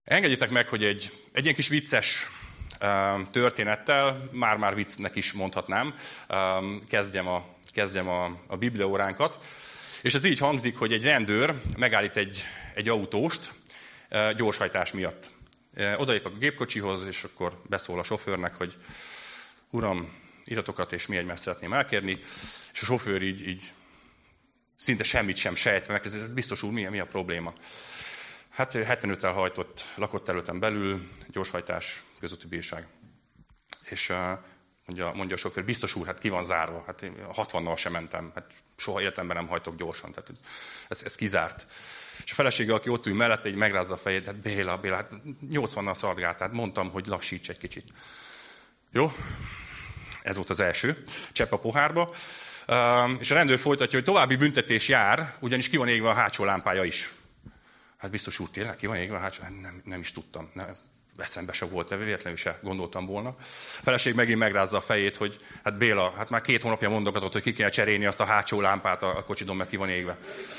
Engedjétek meg, hogy egy ilyen kis vicces történettel, már viccnek is mondhatnám, kezdjem a bibliaóránkat. És ez így hangzik, hogy egy rendőr megállít egy autóst gyorshajtás miatt. Odaépp a gépkocsihoz, és akkor beszól a sofőrnek, hogy uram, iratokat és mi egymást szeretném elkérni. És a sofőr így szinte semmit sem sejtve megkezdett, biztos úr, mi a probléma? Hát 75-tel hajtott lakóterületen belül, gyorshajtás, közúti bírság. És mondja a sofőr, biztos úr, hát ki van zárva, hát 60-nal sem mentem, hát soha életemben nem hajtok gyorsan, tehát ez kizárt. És a felesége, aki ott ül mellette, így megrázza a fejét, hát Béla, hát 80-nal szaladgált, tehát mondtam, hogy lassíts egy kicsit. Jó? Ez volt az első, csepp a pohárba. És a rendőr folytatja, hogy további büntetés jár, ugyanis ki van égve a hátsó lámpája is. Hát biztos úr, tényleg ki van égve a hátsó? Hát nem is tudtam. Eszembe se volt, de véletlenül se gondoltam volna. A feleség megint megrázza a fejét, hogy hát Béla, hát már 2 hónapja mondogatott, hogy ki kell cserélni azt a hátsó lámpát a kocsidon, mert ki van égve.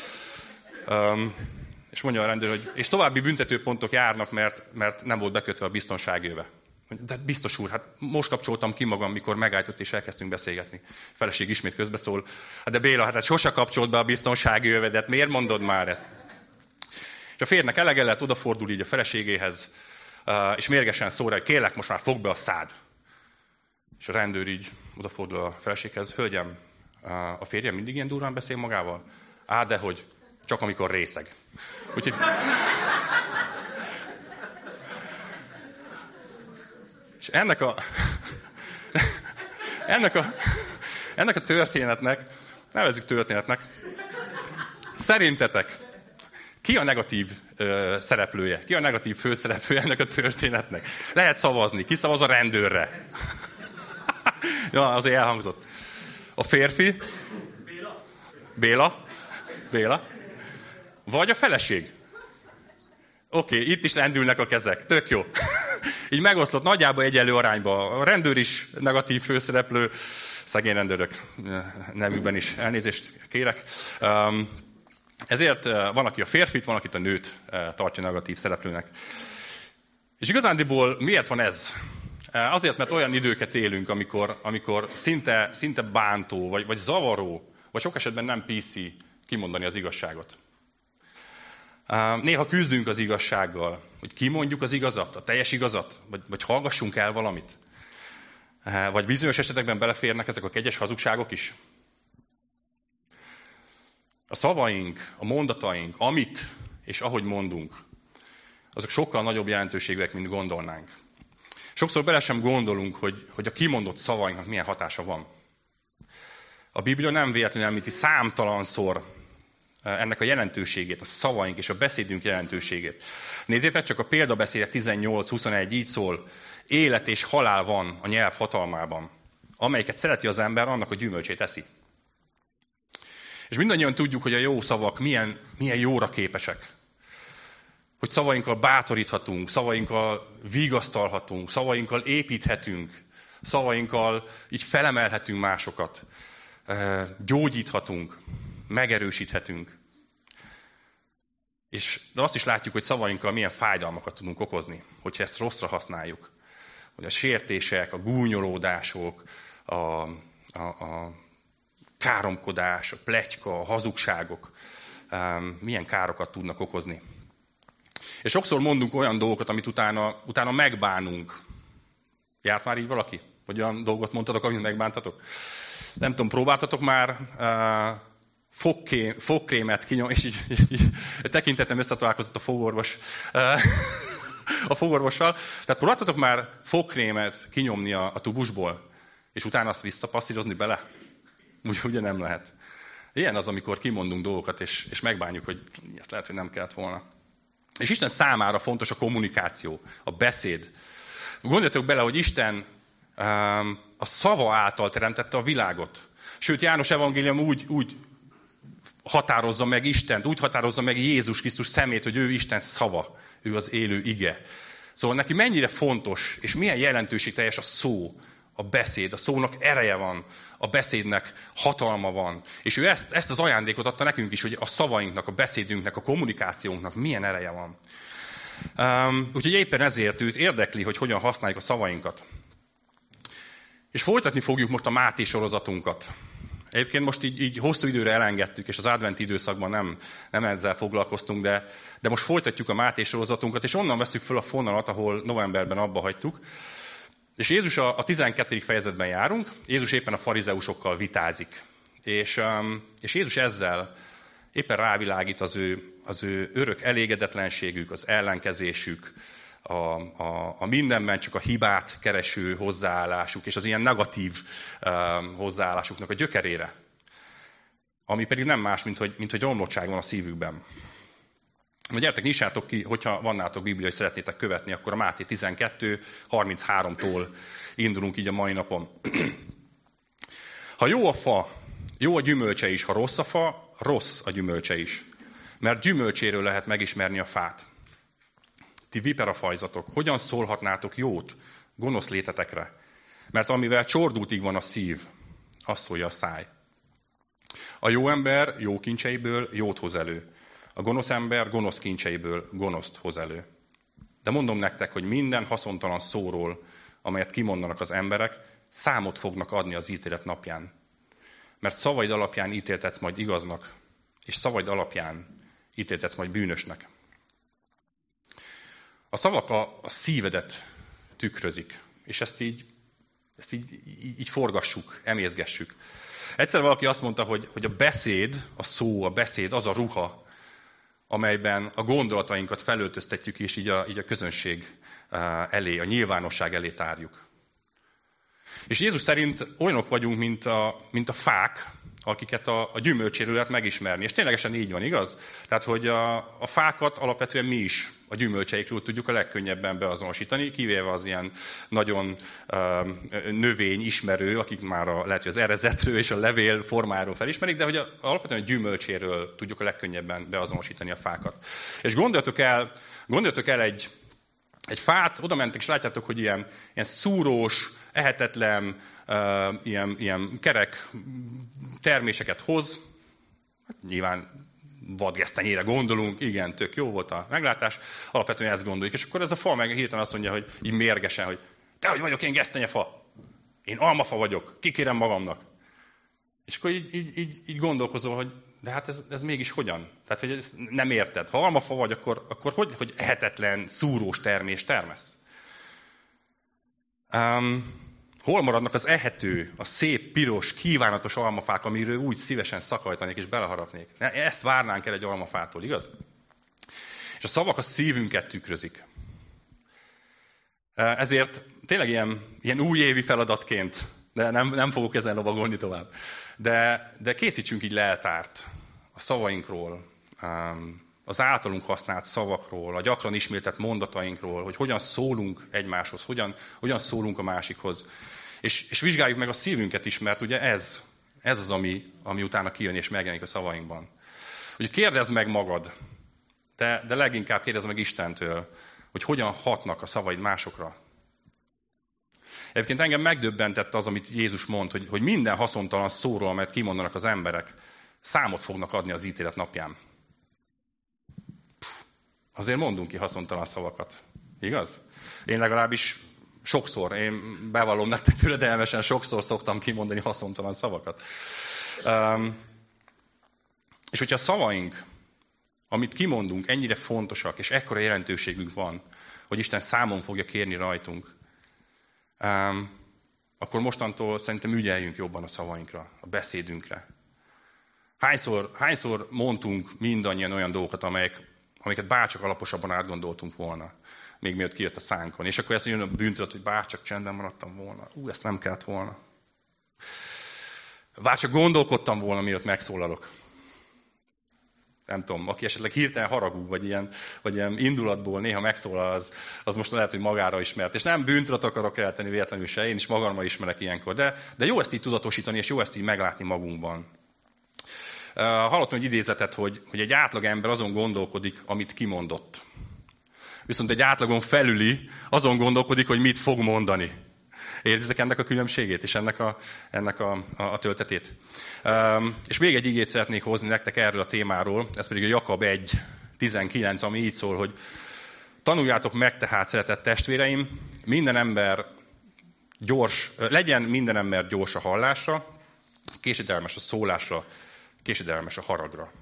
És mondja a rendőr, hogy és további büntetőpontok járnak, mert nem volt bekötve a biztonságjöve. De biztos úr, hát most kapcsoltam ki magam, mikor megállított és elkezdtünk beszélgetni. A feleség ismét közbeszól. Hát de Béla, hát sose kapcsolt be a biztonságjövedet, miért mondod már ezt? És a férjnek elege lett, odafordul így a feleségéhez, és mérgesen szól, hogy kérlek, most már fogd be a szád. És a rendőr így odafordul a feleséghez, hölgyem, a férjem mindig ilyen durván beszél magával? Á, dehogy, csak amikor részeg. Úgyhogy... És ennek a történetnek, nevezzük történetnek, szerintetek ki a negatív szereplője? Ki a negatív főszereplője ennek a történetnek? Lehet szavazni. Ki szavaz a rendőrre? Ja, azért elhangzott. A férfi? Béla? Vagy a feleség? Oké, itt is lendülnek a kezek. Tök jó. Így megoszlott nagyjából egyenlő arányba. A rendőr is negatív főszereplő. Szegény rendőrök nevükben is elnézést kérek. Ezért van, aki a férfit, van, akit a nőt tartja negatív szereplőnek. És igazándiból miért van ez? Azért, mert olyan időket élünk, amikor szinte bántó, vagy zavaró, vagy sok esetben nem PC kimondani az igazságot. Néha küzdünk az igazsággal, hogy kimondjuk az igazat, a teljes igazat, vagy hallgassunk el valamit. Vagy bizonyos esetekben beleférnek ezek a kegyes hazugságok is. A szavaink, a mondataink, amit és ahogy mondunk, azok sokkal nagyobb jelentőségűek, mint gondolnánk. Sokszor bele sem gondolunk, hogy a kimondott szavainknak milyen hatása van. A Biblia nem véletlenül említi számtalanszor ennek a jelentőségét, a szavaink és a beszédünk jelentőségét. Nézzétek csak a példabeszédek 18-21 így szól, élet és halál van a nyelv hatalmában, amelyiket szereti az ember, annak a gyümölcsét eszi. És mindannyian tudjuk, hogy a jó szavak milyen jóra képesek. Hogy szavainkkal bátoríthatunk, szavainkkal vigasztalhatunk, szavainkkal építhetünk, szavainkkal így felemelhetünk másokat, gyógyíthatunk, megerősíthetünk. De azt is látjuk, hogy szavainkkal milyen fájdalmakat tudunk okozni, hogyha ezt rosszra használjuk. Hogy a sértések, a gúnyolódások, a káromkodás, a pletyka, a hazugságok milyen károkat tudnak okozni. És sokszor mondunk olyan dolgokat, amit utána megbánunk. Járt már így valaki? Vagy olyan dolgot mondtatok, amit megbántatok? Nem tudom, próbáltatok már fogkrémet kinyomni, és így tekintetem összetalálkozott a fogorvossal. Tehát próbáltatok már fogkrémet kinyomni a tubusból, és utána azt visszapasszírozni bele? Ugye nem lehet. Ilyen az, amikor kimondunk dolgokat, és megbánjuk, hogy ezt lehet, hogy nem kellett volna. És Isten számára fontos a kommunikáció, a beszéd. Gondoljatok bele, hogy Isten a szava által teremtette a világot. Sőt, János evangélium úgy határozza meg Istent, úgy határozza meg Jézus Krisztus szemét, hogy ő Isten szava, ő az élő ige. Szóval neki mennyire fontos, és milyen jelentőségteljes a szó, a beszéd, a szónak ereje van, a beszédnek hatalma van. És ő ezt az ajándékot adta nekünk is, hogy a szavainknak, a beszédünknek, a kommunikációnknak milyen ereje van. Úgyhogy éppen ezért őt érdekli, hogy hogyan használjuk a szavainkat. És folytatni fogjuk most a Máté sorozatunkat. Egyébként most így hosszú időre elengedtük, és az adventi időszakban nem ezzel foglalkoztunk, de most folytatjuk a Máté sorozatunkat, és onnan veszük föl a fonalat, ahol novemberben abba hagytuk. És Jézus a 12. fejezetben járunk, Jézus éppen a farizeusokkal vitázik. És Jézus ezzel éppen rávilágít az ő örök elégedetlenségük, az ellenkezésük, a mindenben csak a hibát kereső hozzáállásuk, és az ilyen negatív hozzáállásuknak a gyökerére. Ami pedig nem más, mint hogy romlottság van a szívükben. Na gyertek, nyissátok ki, hogyha van nálatok Biblia, és szeretnétek követni, akkor a Máté 12:33-tól indulunk így a mai napon. Ha jó a fa, jó a gyümölcse is, ha rossz a fa, rossz a gyümölcse is. Mert gyümölcséről lehet megismerni a fát. Ti viperafajzatok, hogyan szólhatnátok jót gonosz létetekre? Mert amivel csordultig van a szív, azt szólja a száj. A jó ember jó kincseiből jót hoz elő. A gonosz ember gonosz kincseiből gonoszt hoz elő. De mondom nektek, hogy minden haszontalan szóról, amelyet kimondanak az emberek, számot fognak adni az ítélet napján. Mert szavaid alapján ítéltetsz majd igaznak, és szavaid alapján ítéltetsz majd bűnösnek. A szavak a szívedet tükrözik, és ezt így forgassuk, emészgessük. Egyszer valaki azt mondta, hogy a beszéd, a szó, a beszéd az a ruha, amelyben a gondolatainkat felöltöztetjük, és így a közönség elé, a nyilvánosság elé tárjuk. És Jézus szerint olyanok vagyunk, mint a fák, akiket a gyümölcséről lehet megismerni. És ténylegesen így van, igaz? Tehát, hogy a fákat alapvetően mi is a gyümölcseikről tudjuk a legkönnyebben beazonosítani, kivéve az ilyen nagyon növény ismerő, akik már lehet, hogy az erezetről és a levél formájáról felismerik, de hogy alapvetően a gyümölcséről tudjuk a legkönnyebben beazonosítani a fákat. És gondoljatok el egy fát, oda mentek, és látjátok, hogy ilyen szúrós, ehetetlen, ilyen kerek terméseket hoz. Hát nyilván vadgesztenyére gondolunk, igen, tök jó volt a meglátás, alapvetően ezt gondoljuk. És akkor ez a fa meg hirtelen azt mondja, hogy így mérgesen, hogy te hogy vagyok én gesztenyefa? Én almafa vagyok, kikérem magamnak. És akkor így gondolkozol, hogy de hát ez mégis hogyan? Tehát, hogy ezt nem érted. Ha almafa vagy, akkor hogy ehetetlen, szúrós termést termesz? Hol maradnak az ehető, a szép, piros, kívánatos almafák, amiről úgy szívesen szakajtanék és beleharapnék? Ezt várnánk el egy almafától, igaz? És a szavak a szívünket tükrözik. Ezért tényleg ilyen újévi feladatként, de nem fogok ezen lovagolni tovább, de készítsünk így leltárt a szavainkról, az általunk használt szavakról, a gyakran ismételt mondatainkról, hogy hogyan szólunk egymáshoz, hogyan szólunk a másikhoz. És vizsgáljuk meg a szívünket is, mert ugye ez az, ami utána kijön és megjelenik a szavainkban. Úgyhogy kérdezd meg magad, de leginkább kérdezd meg Istentől, hogy hogyan hatnak a szavaid másokra. Egyébként engem megdöbbentett az, amit Jézus mond, hogy minden haszontalan szóról, amelyet kimondanak az emberek, számot fognak adni az ítélet napján. Azért mondunk ki haszontalan szavakat. Igaz? Én legalábbis sokszor, én bevallom nektek türedelmesen, sokszor szoktam kimondani haszontalan szavakat. És hogyha a szavaink, amit kimondunk, ennyire fontosak, és ekkora jelentőségünk van, hogy Isten számon fogja kérni rajtunk, akkor mostantól szerintem ügyeljünk jobban a szavainkra, a beszédünkre. Hányszor mondtunk mindannyian olyan dolgokat, amiket bárcsak alaposabban átgondoltunk volna, még mielőtt kijött a szánkon. És akkor ezt jön a bűntudat, hogy bárcsak csendben maradtam volna. Ezt nem kellett volna. Bárcsak gondolkodtam volna, mielőtt megszólalok. Nem tudom, aki esetleg hirtelen haragú, vagy ilyen indulatból néha megszólal, az most lehet, hogy magára ismert. És nem bűntudat akarok eltenni véletlenül se, én is magamra ismerek ilyenkor. De jó ezt így tudatosítani, és jó ezt így meglátni magunkban. Hallottam egy idézetet, hogy egy átlag ember azon gondolkodik, amit kimondott. Viszont egy átlagon felüli azon gondolkodik, hogy mit fog mondani. Érzitek ennek a különbségét és ennek a töltetét? És még egy igét szeretnék hozni nektek erről a témáról, ez pedig a Jakab 1:19, ami így szól, hogy Tanuljátok meg tehát, szeretett testvéreim, legyen minden ember gyors a hallásra, késedelmes a szólásra, késedelmes a haragra.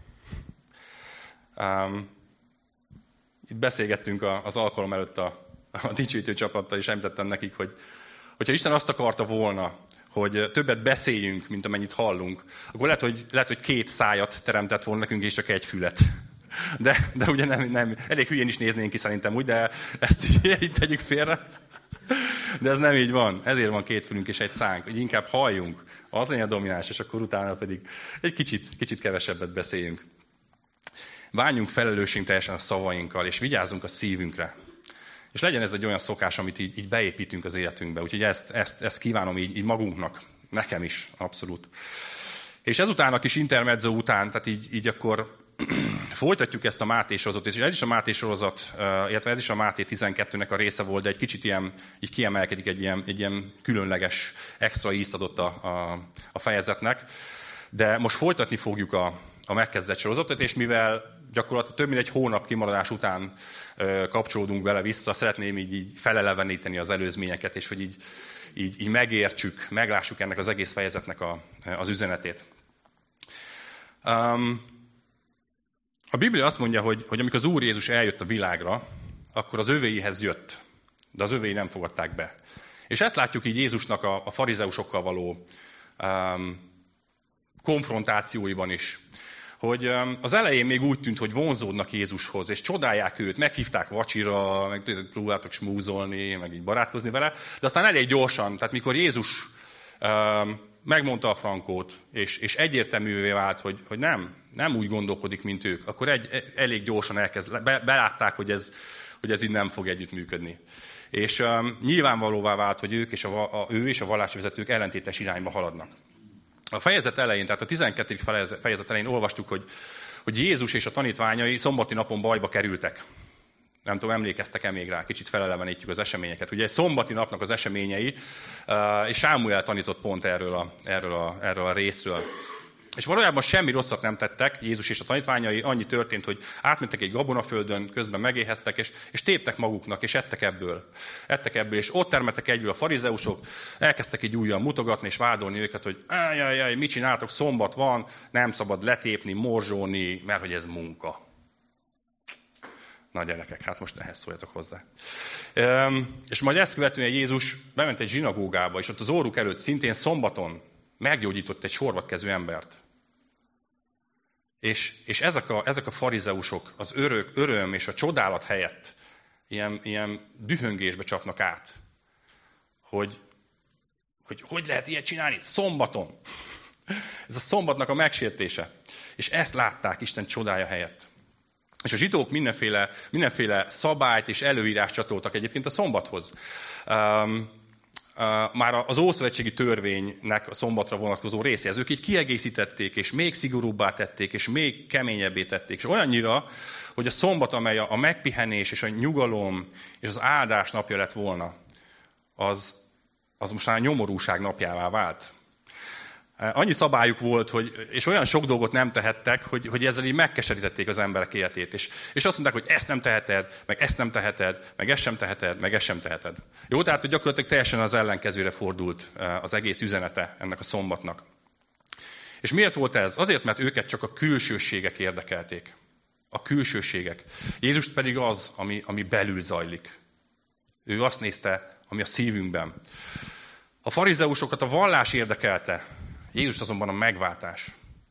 Itt beszélgettünk az alkalom előtt a dicsőítő csapattal, és említettem nekik, hogyha Isten azt akarta volna, hogy többet beszéljünk, mint amennyit hallunk, akkor lehet, hogy 2 szájat teremtett volna nekünk, és csak 1 fület. De ugye nem, elég hülyén is néznénk ki szerintem úgy, de ezt így tegyük félre. De ez nem így van. Ezért van 2 fülünk és 1 szánk, hogy inkább halljunk, az legyen a domináns, és akkor utána pedig egy kicsit kevesebbet beszéljünk. Bánjunk felelősségteljesen a szavainkkal, és vigyázzunk a szívünkre. És legyen ez egy olyan szokás, amit így beépítünk az életünkbe. Úgyhogy ezt kívánom így magunknak, nekem is, abszolút. És ezután a kis intermezzo után, tehát így akkor folytatjuk ezt a Máté sorozatot, és ez is a Máté sorozat, illetve ez is a Máté 12-nek a része volt, de egy kicsit így kiemelkedik, egy ilyen különleges, extra ízt adott a fejezetnek. De most folytatni fogjuk a megkezdett sorozatot, és mivel gyakorlatilag több mint 1 hónap kimaradás után kapcsolódunk vele vissza, szeretném így feleleveníteni az előzményeket, és hogy így megértsük, meglássuk ennek az egész fejezetnek az üzenetét. A Biblia azt mondja, hogy amikor az Úr Jézus eljött a világra, akkor az övéihez jött, de az övéi nem fogadták be. És ezt látjuk így Jézusnak a farizeusokkal való konfrontációiban is. Hogy az elején még úgy tűnt, hogy vonzódnak Jézushoz, és csodálják őt, meghívták vacsira, meg próbáltak smúzolni, meg így barátkozni vele, de aztán elég gyorsan, tehát mikor Jézus megmondta a frankót, és egyértelművé vált, hogy nem úgy gondolkodik, mint ők, akkor elég gyorsan belátták, hogy ez így nem fog együttműködni. És nyilvánvalóvá vált, hogy ők és ő és a vallásvezetők ellentétes irányba haladnak. A fejezet elején, tehát a 12. fejezet elején olvastuk, hogy Jézus és a tanítványai szombati napon bajba kerültek. Nem tudom, emlékeztek-e még rá, kicsit felelevenítjük az eseményeket. Ugye egy szombati napnak az eseményei, és Sámuel tanított pont erről a részről. És valójában semmi rosszat nem tettek, Jézus és a tanítványai, annyi történt, hogy átmentek egy gabonaföldön, közben megéheztek, és téptek maguknak, és ettek ebből, és ott termettek egyből a farizeusok, elkezdtek így újjal mutogatni, és vádolni őket, hogy jaj, mit csináltok, szombat van, nem szabad letépni, morzsolni, mert hogy ez munka. Na gyerekek, hát most ehhez szóljatok hozzá. És majd ezt követően Jézus bement egy zsinagógába, és ott az óruk előtt szintén szombaton meggyógyított egy sorvadkezű embert. És ezek a farizeusok az öröm és a csodálat helyett ilyen dühöngésbe csapnak át. Hogy lehet ilyet csinálni? Szombaton. Ez a szombatnak a megsértése. És ezt látták Isten csodája helyett. És a zsidók mindenféle szabályt és előírást csatoltak egyébként a szombathoz. Már az ószövetségi törvénynek a szombatra vonatkozó részéhez. Ők így kiegészítették, és még szigorúbbá tették, és még keményebbé tették. És olyannyira, hogy a szombat, amely a megpihenés, és a nyugalom, és az áldás napja lett volna, az most már a nyomorúság napjává vált. Annyi szabályuk volt, és olyan sok dolgot nem tehettek, hogy ezzel így megkeserítették az emberek életét. És azt mondták, hogy ezt nem teheted, meg ezt nem teheted, meg ezt sem teheted, meg ezt sem teheted. Jó, tehát hogy gyakorlatilag teljesen az ellenkezőre fordult az egész üzenete ennek a szombatnak. És miért volt ez? Azért, mert őket csak a külsőségek érdekelték. A külsőségek. Jézus pedig az, ami belül zajlik. Ő azt nézte, ami a szívünkben. A farizeusokat a vallás érdekelte, Jézus azonban a megváltás.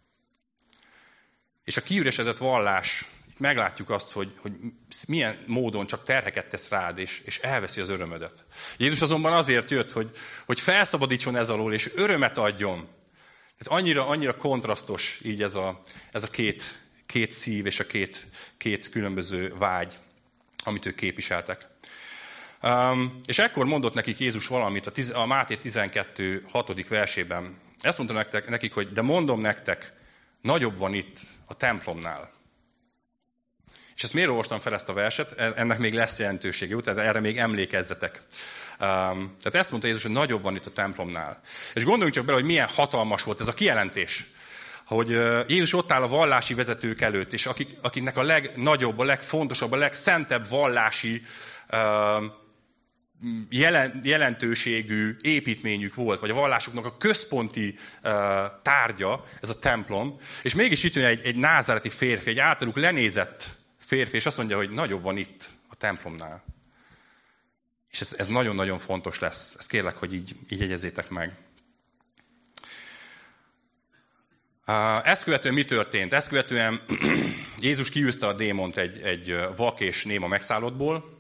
És a kiüresedett vallás, itt meglátjuk azt, hogy milyen módon csak terheket tesz rád, és elveszi az örömödet. Jézus azonban azért jött, hogy felszabadítson ez alól, és örömet adjon. Tehát annyira kontrasztos így ez a két szív, és a két különböző vágy, amit ők képviseltek. És ekkor mondott nekik Jézus valamit a Máté 12. 6. versében. Ezt mondta nekik, hogy de mondom nektek, nagyobb van itt a templomnál. És ezt miért olvastam fel ezt a verset? Ennek még lesz jelentősége, tehát erre még emlékezzetek. Tehát ezt mondta Jézus, hogy nagyobb van itt a templomnál. És gondoljunk csak bele, hogy milyen hatalmas volt ez a kijelentés. hogy Jézus ott áll a vallási vezetők előtt, és akiknek a legnagyobb, a legfontosabb, a legszentebb vallási jelentőségű építményük volt, vagy a vallásuknak a központi tárgya, ez a templom, és mégis itt jön egy názáreti férfi, egy általuk lenézett férfi, és azt mondja, hogy nagyobb van itt a templomnál. És ez nagyon-nagyon fontos lesz. Ezt kérlek, hogy így jegyezzétek meg. Ezt követően mi történt? Ezt követően Jézus kiűzte a démont egy vak és néma megszállottból,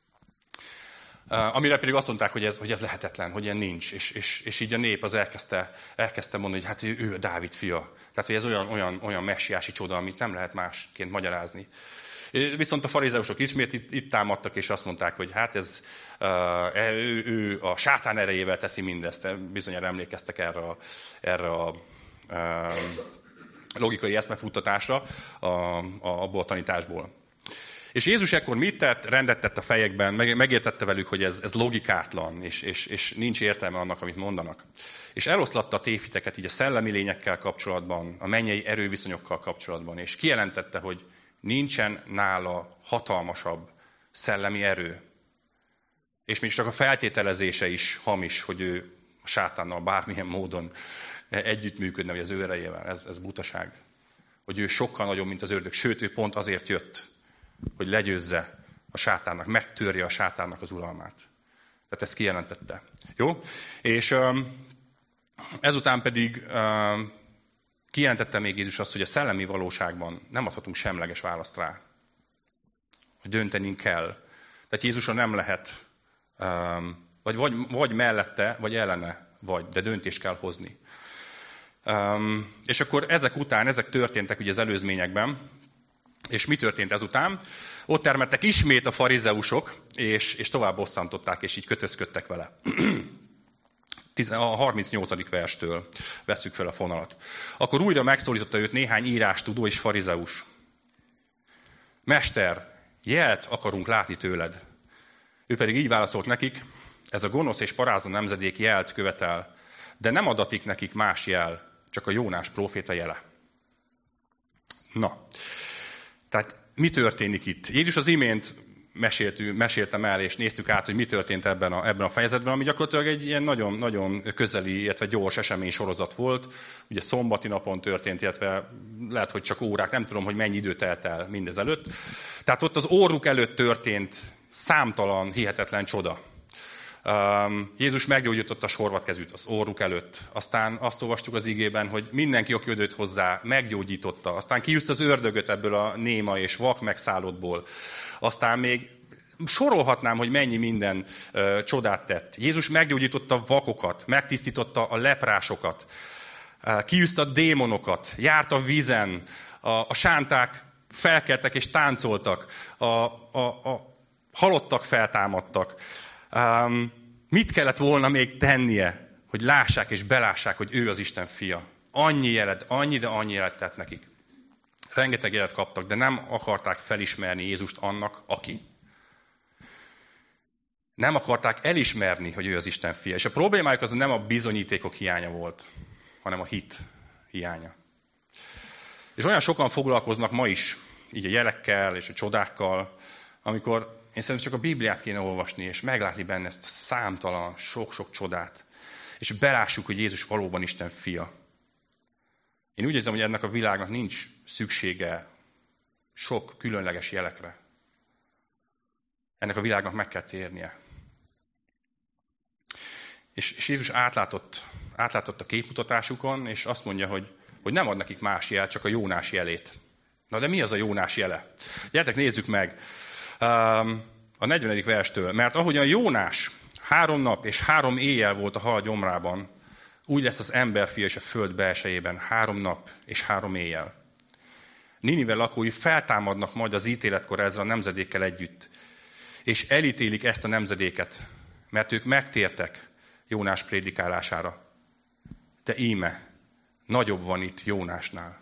amire pedig azt mondták, hogy ez lehetetlen, hogy ilyen nincs. És így a nép az elkezdte mondani, hogy hát ő a Dávid fia. Tehát, hogy ez olyan messiási csoda, amit nem lehet másként magyarázni. Viszont a farizeusok ismét itt támadtak, és azt mondták, hogy hát ő a sátán erejével teszi mindezt. Bizonyára emlékeztek erre a logikai eszmefuttatásra abból a tanításból. És Jézus ekkor mit tett? Rendet tett a fejekben, megértette velük, hogy ez logikátlan, és nincs értelme annak, amit mondanak. És eloszlatta a tévhiteket így a szellemi lényekkel kapcsolatban, a mennyei erőviszonyokkal kapcsolatban, és kijelentette, hogy nincsen nála hatalmasabb szellemi erő. És még csak a feltételezése is hamis, hogy ő a sátánnal bármilyen módon együttműködne, vagy az ő erejével. Ez butaság. Hogy ő sokkal nagyobb, mint az ördög. Sőt, ő pont azért jött, hogy legyőzze a sátánnak, megtörje a sátánnak az uralmát. Tehát ezt kijelentette. Jó? És ezután pedig kijelentette még Jézus azt, hogy a szellemi valóságban nem adhatunk semleges választ rá. Hogy döntenünk kell. Tehát Jézusra nem lehet, vagy mellette, vagy ellene vagy, de döntést kell hozni. És akkor ezek történtek ugye az előzményekben, és mi történt ezután? Ott termettek ismét a farizeusok, és tovább bosszantották, és így kötözködtek vele. A 38. verstől vesszük fel a fonalat. Akkor újra megszólította őt néhány írástudó és farizeus. Mester, jelt akarunk látni tőled. Ő pedig így válaszolt nekik, ez a gonosz és parázna nemzedék jelt követel, de nem adatik nekik más jel, csak a Jónás próféta jele. Na, tehát mi történik itt? Jézus az imént meséltem el, és néztük át, hogy mi történt ebben a fejezetben, ami gyakorlatilag egy ilyen nagyon közeli, illetve gyors esemény sorozat volt. Ugye szombati napon történt, illetve lehet, hogy csak órák, nem tudom, hogy mennyi idő telt el mindezelőtt. Tehát ott az orruk előtt történt számtalan, hihetetlen csoda. Jézus meggyógyította a sorvatkezűt az orruk előtt. Aztán azt olvastuk az igében, hogy mindenki, aki odőtt hozzá, meggyógyította. Aztán kiűzte az ördögöt ebből a néma és vak megszállottból. Aztán még sorolhatnám, hogy mennyi minden csodát tett. Jézus meggyógyította a vakokat, megtisztította a leprásokat, kiűzte a démonokat, járt a vízen, a sánták felkeltek és táncoltak, a halottak feltámadtak. Mit kellett volna még tennie, hogy lássák és belássák, hogy ő az Isten fia? Annyi jelet tett nekik. Rengeteg jelet kaptak, de nem akarták felismerni Jézust annak, aki. Nem akarták elismerni, hogy ő az Isten fia. És a problémájuk az nem a bizonyítékok hiánya volt, hanem a hit hiánya. És olyan sokan foglalkoznak ma is, így a jelekkel és a csodákkal, amikor én szerintem csak a Bibliát kéne olvasni, és meglátni benne ezt a számtalan, sok-sok csodát. És belássuk, hogy Jézus valóban Isten fia. Én úgy érzem, hogy ennek a világnak nincs szüksége sok különleges jelekre. Ennek a világnak meg kell térnie. És Jézus átlátott a képmutatásukon, és azt mondja, hogy nem ad nekik más jel, csak a Jónás jelét. Na de mi az a Jónás jele? Gyertek, nézzük meg a 40. verstől. Mert ahogyan Jónás 3 nap és 3 éjjel volt a hal gyomrában, úgy lesz az emberfia és a föld belsejében 3 nap és 3 éjjel. Ninive lakói feltámadnak majd az ítéletkor ezzel a nemzedékkel együtt, és elítélik ezt a nemzedéket, mert ők megtértek Jónás prédikálására. De íme, nagyobb van itt Jónásnál.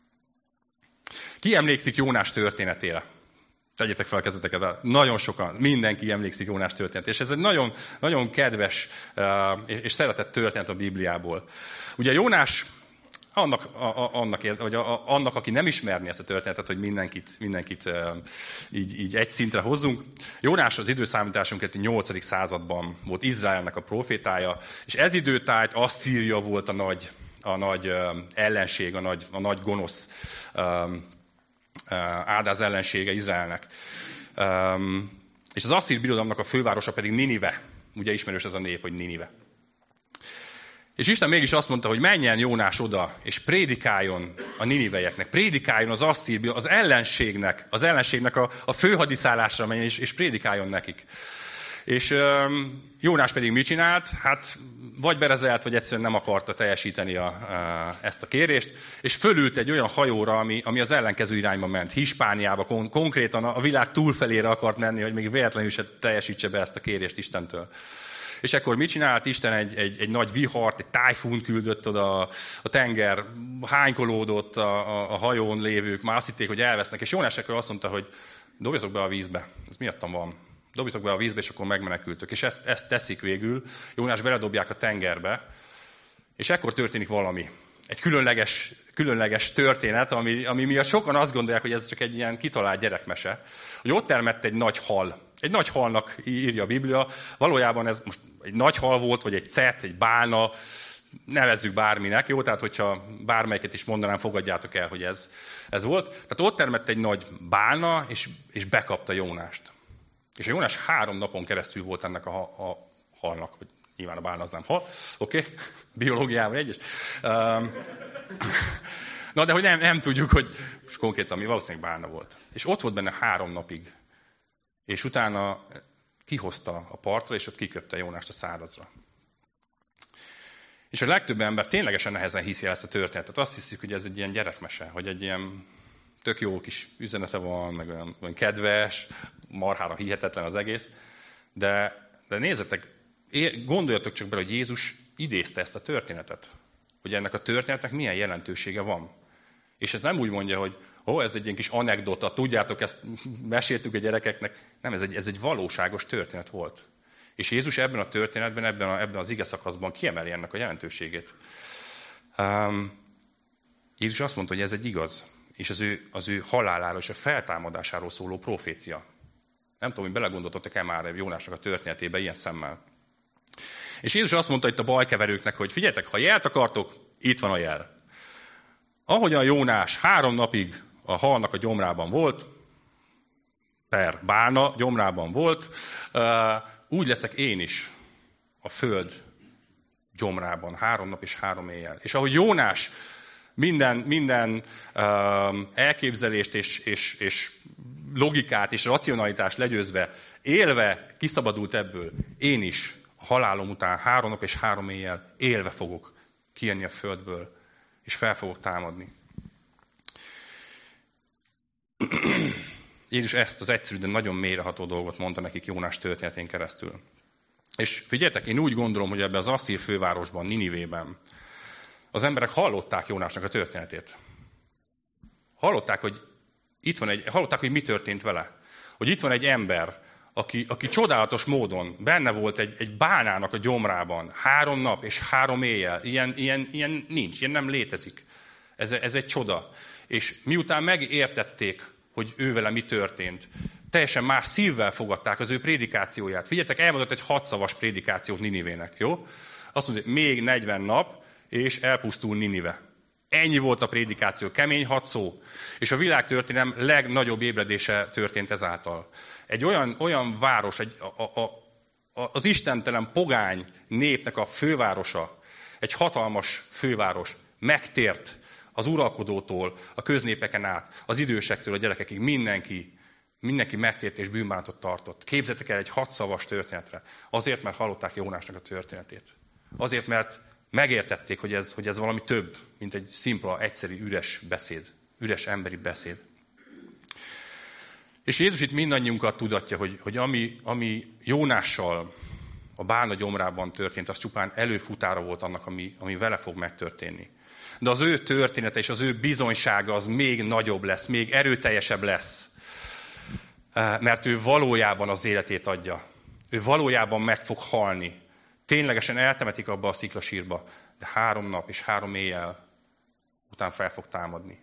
Ki emlékszik Jónás történetére? Tegyetek fel a kezeteket. Nagyon sokan, mindenki emlékszik Jónás történetére. És ez egy nagyon, nagyon kedves és szeretett történet a Bibliából. Ugye Jónás annak, aki nem ismerni ezt a történetet, hogy mindenkit így egy szintre hozzunk. Jónás az időszámításunk 8. században volt Izraelnek a profétája, és ez időtájt Asszíria volt a nagy ellenség, a nagy gonosz áldáz ellensége Izraelnek. És az asszír birodalomnak a fővárosa pedig Ninive. Ugye ismerős ez a név, hogy Ninive. És Isten mégis azt mondta, hogy menjen Jónás oda, és prédikáljon a niniveieknek, prédikáljon az asszír, az ellenségnek a főhadiszállásra menjen, és prédikáljon nekik. És Jónás pedig mit csinált? Hát vagy berezelt, vagy egyszerűen nem akarta teljesíteni ezt a kérést, és fölült egy olyan hajóra, ami az ellenkező irányba ment, Hispániába, konkrétan a világ túlfelére akart menni, hogy még véletlenül se teljesítse be ezt a kérést Istentől. És akkor mit csinált? Isten egy nagy vihart, egy tájfun küldött oda, a tenger hánykolódott a hajón lévők, már azt hitték, hogy elvesznek, és Jónás akkor azt mondta, hogy dobjatok be a vízbe, ez miattam van. Dobjatok be a vízbe, és akkor megmenekültök. És ezt teszik végül, Jónás beledobják a tengerbe, és ekkor történik valami. Egy különleges történet, ami miatt sokan azt gondolják, hogy ez csak egy ilyen kitalált gyerekmese, hogy ott termett egy nagy hal. Egy nagy halnak írja a Biblia, valójában ez most egy nagy hal volt, vagy egy cet, egy bálna, nevezzük bárminek, jó? Tehát, hogyha bármelyiket is mondanám, fogadjátok el, hogy ez volt. Tehát ott termett egy nagy bálna, és bekapta Jónást. És a Jónás 3 napon keresztül volt ennek a halnak, vagy nyilván a bálna az nem hal, oké? Biológiában egyes. Na, de hogy nem tudjuk, hogy most konkrétan mi, valószínűleg bálna volt. És ott volt benne 3 napig. És utána kihozta a partra, és ott kiköpte Jónást a szárazra. És a legtöbb ember ténylegesen nehezen hiszi el ezt a történetet. Azt hiszik, hogy ez egy ilyen gyerekmese, hogy egy ilyen tök jó kis üzenete van, meg olyan kedves, marhára hihetetlen az egész. De nézzetek, gondoljatok csak bele, hogy Jézus idézte ezt a történetet. Hogy ennek a történetnek milyen jelentősége van. És ez nem úgy mondja, hogy ez egy ilyen kis anekdota, tudjátok, ezt meséltük a gyerekeknek. Nem, ez egy valóságos történet volt. És Jézus ebben a történetben, ebben az ige szakaszban kiemeli ennek a jelentőségét. Jézus azt mondta, hogy ez egy igaz, és az ő haláláról és a feltámadásáról szóló profécia. Nem tudom, hogy belegondoltatok-e már Jónásnak a történetébe ilyen szemmel. És Jézus azt mondta itt a bajkeverőknek, hogy figyeljetek, ha jelt akartok, itt van a jel. Ahogyan Jónás 3 napig a halnak a gyomrában volt, bálna gyomrában volt, úgy leszek én is a föld gyomrában 3 nap és 3 éjjel. És ahogy Jónás minden elképzelést és logikát és racionalitást legyőzve, élve kiszabadult ebből, én is a halálom után 3 nap és 3 éjjel élve fogok kijönni a földből, és fel fogok támadni. Jézus ezt az egyszerű, de nagyon mélyreható dolgot mondta nekik Jónás történetén keresztül. És figyeljetek, én úgy gondolom, hogy ebben az asszír fővárosban, Ninivében az emberek hallották Jónásnak a történetét. Hallották, hogy mi történt vele. Hogy itt van egy ember, aki csodálatos módon benne volt egy bálnának a gyomrában 3 nap és 3 éjjel. Ilyen nincs, ilyen nem létezik. Ez egy csoda. És miután megértették, hogy ővele mi történt, teljesen más szívvel fogadták az ő prédikációját. Figyeljetek, elmondott egy 6 szavas prédikációt Ninivének, jó? Azt mondja, hogy még 40 nap, és elpusztul Ninive. Ennyi volt a prédikáció, kemény 6 szó. És a világtörténelem legnagyobb ébredése történt ezáltal. Egy olyan város, az istentelen pogány népnek a fővárosa, egy hatalmas főváros megtért az uralkodótól, a köznépeken át, az idősektől, a gyerekekig, mindenki megtért és bűnbánatot tartott. Képzeljétek el egy 6 szavas történetre. Azért, mert hallották Jónásnak a történetét. Azért, mert megértették, hogy ez valami több, mint egy szimpla, egyszerű, üres beszéd. Üres emberi beszéd. És Jézus itt mindannyiunkat tudatja, hogy ami Jónással a bálna gyomrában történt, az csupán előfutára volt annak, ami vele fog megtörténni. De az ő története és az ő bizonysága az még nagyobb lesz, még erőteljesebb lesz. Mert ő valójában az életét adja. Ő valójában meg fog halni. Ténylegesen eltemetik abba a sziklasírba, de 3 nap és 3 éjjel után fel fog támadni.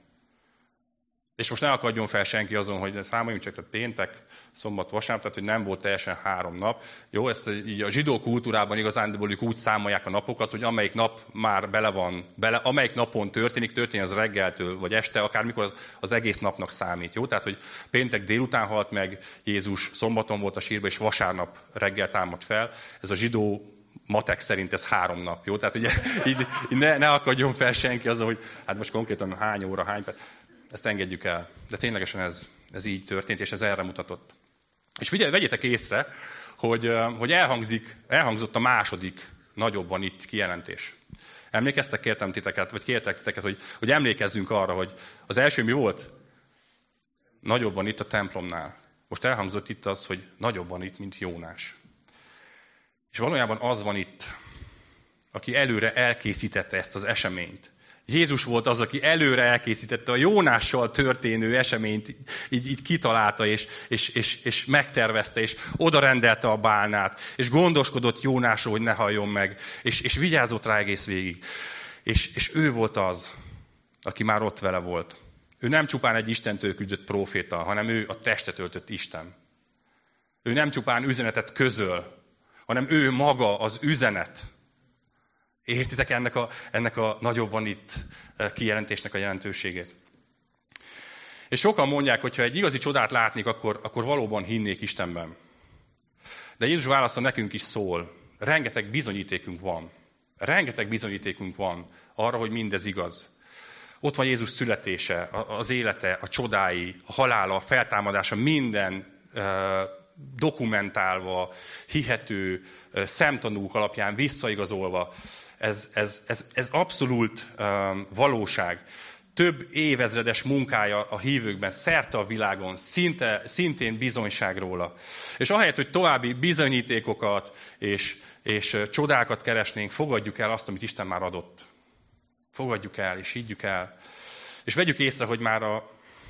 És most ne akadjon fel senki azon, hogy számoljunk csak, tehát péntek, szombat, vasárnap, tehát hogy nem volt teljesen 3 nap. Jó, ezt így a zsidó kultúrában igazándiból ők úgy számolják a napokat, hogy amelyik nap már bele, amelyik napon történik az reggeltől, vagy este, akármikor az egész napnak számít. Jó, tehát hogy péntek délután halt meg Jézus, szombaton volt a sírba, és vasárnap reggel támad fel. Ez a zsidó matek szerint ez 3 nap. Jó, tehát ugye így ne akadjon fel senki azon, hogy hát most konkrétan hány óra, hány perc. Ezt engedjük el. De ténylegesen ez így történt, és ez erre mutatott. És vegyétek észre, hogy elhangzott a második nagyobban itt kijelentés. Emlékeztek, kértek titeket, hogy emlékezzünk arra, hogy az első mi volt? Nagyobban itt a templomnál. Most elhangzott itt az, hogy nagyobban itt, mint Jónás. És valójában az van itt, aki előre elkészítette ezt az eseményt. Jézus volt az, aki előre elkészítette a Jónással történő eseményt, így kitalálta, és megtervezte, és odarendelte a bálnát, és gondoskodott Jónásról, hogy ne halljon meg, és vigyázott rá egész végig. És ő volt az, aki már ott vele volt. Ő nem csupán egy Istentől küldött próféta, hanem ő a testet öltött Isten. Ő nem csupán üzenetet közöl, hanem ő maga az üzenet. Értitek ennek a nagyobban itt kijelentésnek a jelentőségét? És sokan mondják, hogy ha egy igazi csodát látnék, akkor valóban hinnék Istenben. De Jézus válasza nekünk is szól. Rengeteg bizonyítékunk van. Rengeteg bizonyítékunk van arra, hogy mindez igaz. Ott van Jézus születése, az élete, a csodái, a halála, a feltámadása, minden dokumentálva, hihető, szemtanúk alapján visszaigazolva. Ez abszolút valóság. Több évezredes munkája a hívőkben, szerte a világon, szintén bizonyság róla. És ahelyett, hogy további bizonyítékokat és csodákat keresnénk, fogadjuk el azt, amit Isten már adott. Fogadjuk el, és higgyük el. És vegyük észre, hogy már a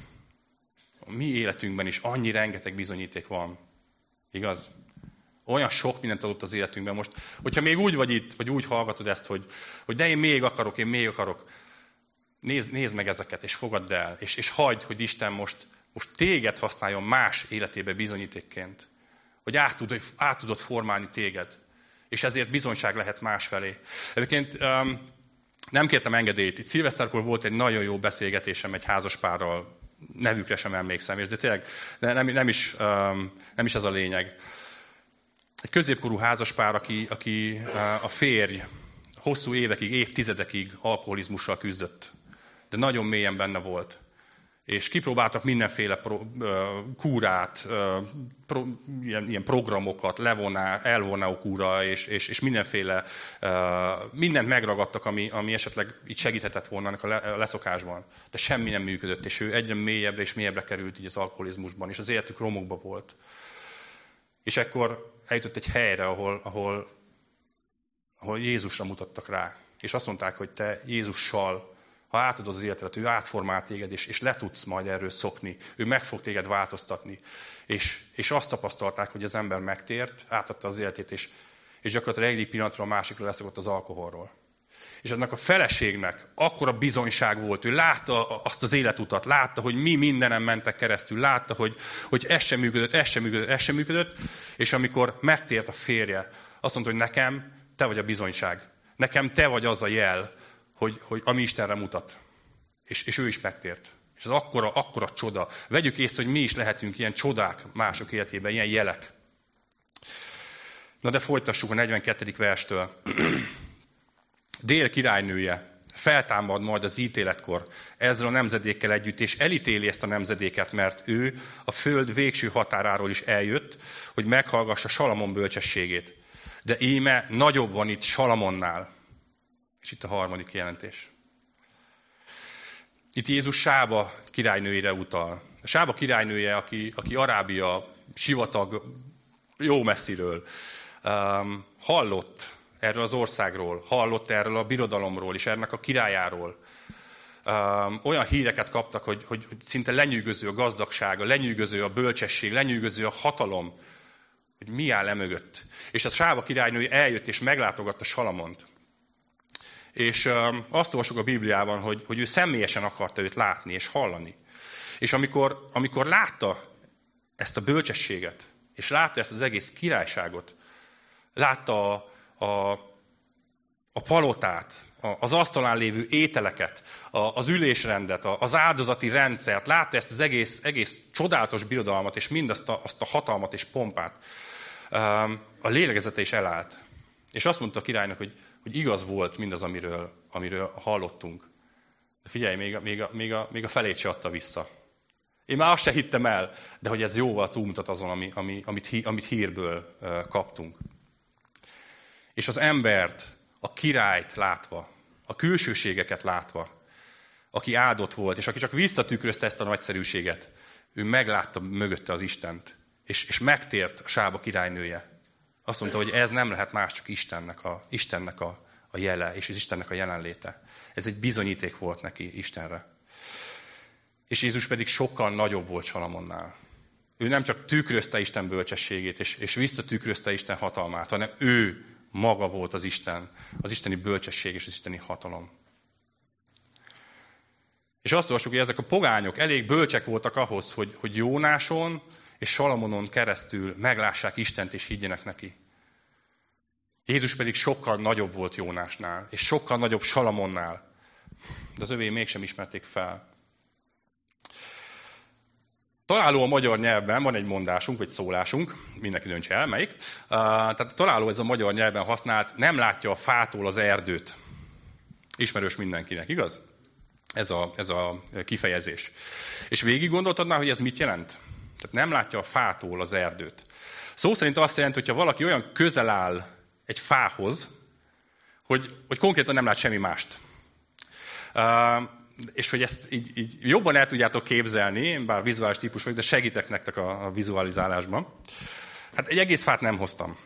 mi életünkben is annyi rengeteg bizonyíték van. Igaz? Olyan sok mindent adott az életünkben. Most, hogyha még úgy vagy itt, vagy úgy hallgatod ezt, hogy de én még akarok. Nézd meg ezeket, és fogadd el, és hagyd, hogy Isten most téged használjon más életébe bizonyítékként. Hogy át tudod formálni téged. És ezért bizonyság lehetsz másfelé. Egyébként nem kértem engedélyt. Itt szilveszterkor volt egy nagyon jó beszélgetésem egy házaspárral, nevükre sem emlékszem, de tényleg nem is ez a lényeg. Egy középkorú házaspár, aki a férj hosszú évekig, évtizedekig alkoholizmussal küzdött, de nagyon mélyen benne volt. És kipróbáltak mindenféle kúrát, ilyen programokat, elvonó kúra, és mindenféle, mindent megragadtak, ami esetleg így segíthetett volna a leszokásban. De semmi nem működött, és ő egyre mélyebbre és mélyebbre került így az alkoholizmusban, és az életük romokba volt. És ekkor eljutott egy helyre, ahol Jézusra mutattak rá. És azt mondták, hogy te Jézussal, ha átadod az életedet, ő átformál téged, és le tudsz majd erről szokni. Ő meg fog téged változtatni. És azt tapasztalták, hogy az ember megtért, átadta az életét, és gyakorlatilag egyik pillanatra a másikra leszokott az alkoholról. És ennek a feleségnek akkora bizonyság volt, ő látta azt az életutat, látta, hogy mi mindenem mentek keresztül, látta, hogy ez sem működött, és amikor megtért a férje, azt mondta, hogy nekem te vagy a bizonyság. Nekem te vagy az a jel, hogy ami Istenre mutat. És ő is megtért. És ez akkora csoda. Vegyük észre, hogy mi is lehetünk ilyen csodák mások életében, ilyen jelek. Na de folytassuk a 42. verstől. Dél királynője feltámad majd az ítéletkor ezzel a nemzedékkel együtt, és elítéli ezt a nemzedéket, mert ő a föld végső határáról is eljött, hogy meghallgassa Salamon bölcsességét. De íme nagyobb van itt Salamonnál. És itt a harmadik jelentés. Itt Jézus Sába királynőjére utal. A Sába királynője, aki Arábia sivatag jó messziről hallott erről az országról, hallott erről a birodalomról és ennek a királyáról. Olyan híreket kaptak, hogy szinte lenyűgöző a gazdagsága, lenyűgöző a bölcsesség, lenyűgöző a hatalom, hogy mi áll mögött. És a Sába királynő eljött és meglátogatta Salamont. És azt olvasok a Bibliában, hogy ő személyesen akarta őt látni és hallani. És amikor látta ezt a bölcsességet, és látta ezt az egész királyságot, látta a palotát, az asztalán lévő ételeket, az ülésrendet, az áldozati rendszert, látta ezt az egész csodálatos birodalmat, és mindazt azt a hatalmat és pompát, a lélegezete is elállt. És azt mondta a királynak, hogy igaz volt mindaz, amiről hallottunk. De figyelj, még a felét se adta vissza. Én már azt se hittem el, de hogy ez jóval túlmutat azon, amit hírből kaptunk. És az embert, a királyt látva, a külsőségeket látva, aki áldott volt, és aki csak visszatükrözte ezt a nagyszerűséget, ő meglátta mögötte az Istent, és megtért a Sába királynője. Azt mondta, hogy ez nem lehet más, csak Istennek a jele, és az Istennek a jelenléte. Ez egy bizonyíték volt neki Istenre. És Jézus pedig sokkal nagyobb volt Salamonnál. Ő nem csak tükrözte Isten bölcsességét, és visszatükrözte Isten hatalmát, hanem ő maga volt az Isten, az isteni bölcsesség és az isteni hatalom. És azt olvassuk, hogy ezek a pogányok elég bölcsek voltak ahhoz, hogy Jónáson és Salamonon keresztül meglássák Istent és higgyenek neki. Jézus pedig sokkal nagyobb volt Jónásnál, és sokkal nagyobb Salamonnál, de az övé mégsem ismerték fel. Találó a magyar nyelvben, van egy mondásunk, vagy szólásunk, mindenki döntse el, melyik. Tehát találó ez a magyar nyelvben használt, nem látja a fától az erdőt. Ismerős mindenkinek, igaz? Ez a kifejezés. És végig gondoltad már, hogy ez mit jelent? Tehát nem látja a fától az erdőt. Szó szerint azt jelenti, hogyha valaki olyan közel áll egy fához, hogy konkrétan nem lát semmi mást. És hogy ezt így jobban el tudjátok képzelni, én bár vizuális típus vagyok, de segítek nektek a vizualizálásban. Hát egy egész fát nem hoztam.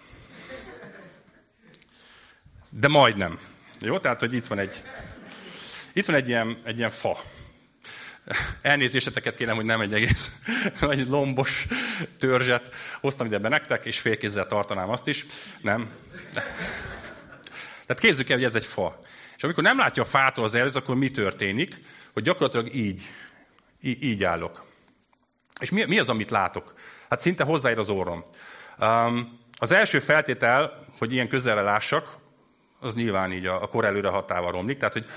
De majdnem. Jó? Tehát, hogy itt van egy ilyen fa. Elnézéseteket kérem, hogy nem egy egész, egy lombos törzset hoztam ide be nektek, és félkézzel tartanám azt is. Nem. Tehát képzeljük el, hogy ez egy fa. És amikor nem látja a fától az erdőt, akkor mi történik? Hogy gyakorlatilag így állok. És mi az, amit látok? Hát szinte hozzáér az orrom. Az első feltétel, hogy ilyen közelre lássak, az nyilván így a kor előre hatával romlik. Tehát, hogy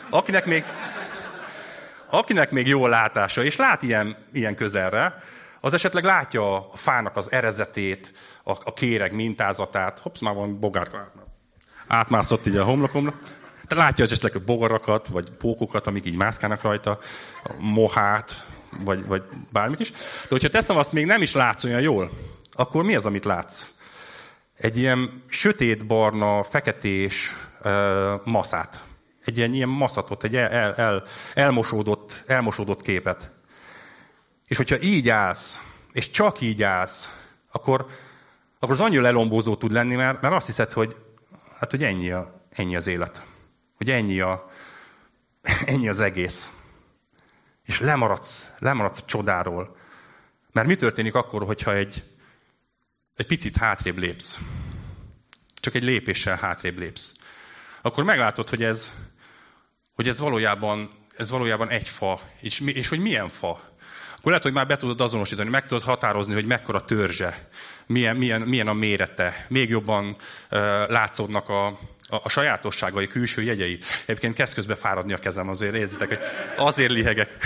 akinek még jó látása, és lát ilyen közelre, az esetleg látja a fának az erezetét, a kéreg mintázatát. Hopsz, már van bogárka átmászott így a homlokomra. Te látja esetleg a bogarakat, vagy pókokat, amik így mászkálnak rajta, a mohát, vagy bármit is. De hogyha teszem, azt még nem is látsz olyan jól, akkor mi az, amit látsz? Egy ilyen sötétbarna, feketés maszát. Egy ilyen maszatot, egy elmosódott képet. És hogyha így állsz, és csak így állsz, akkor az annyira lelombózó tud lenni, mert azt hiszed, hogy ennyi az élet. Hogy ennyi az egész. És lemaradsz a csodáról. Mert mi történik akkor, hogyha egy picit hátrébb lépsz? Csak egy lépéssel hátrébb lépsz. Akkor meglátod, hogy ez valójában egy fa. És hogy milyen fa? Akkor lehet, hogy már be tudod azonosítani, meg tudod határozni, hogy mekkora törzse, milyen a mérete. Még jobban látszódnak a sajátosságai, külső jegyei. Egyébként kezd közben fáradni a kezem, azért érzitek, hogy azért lihegek.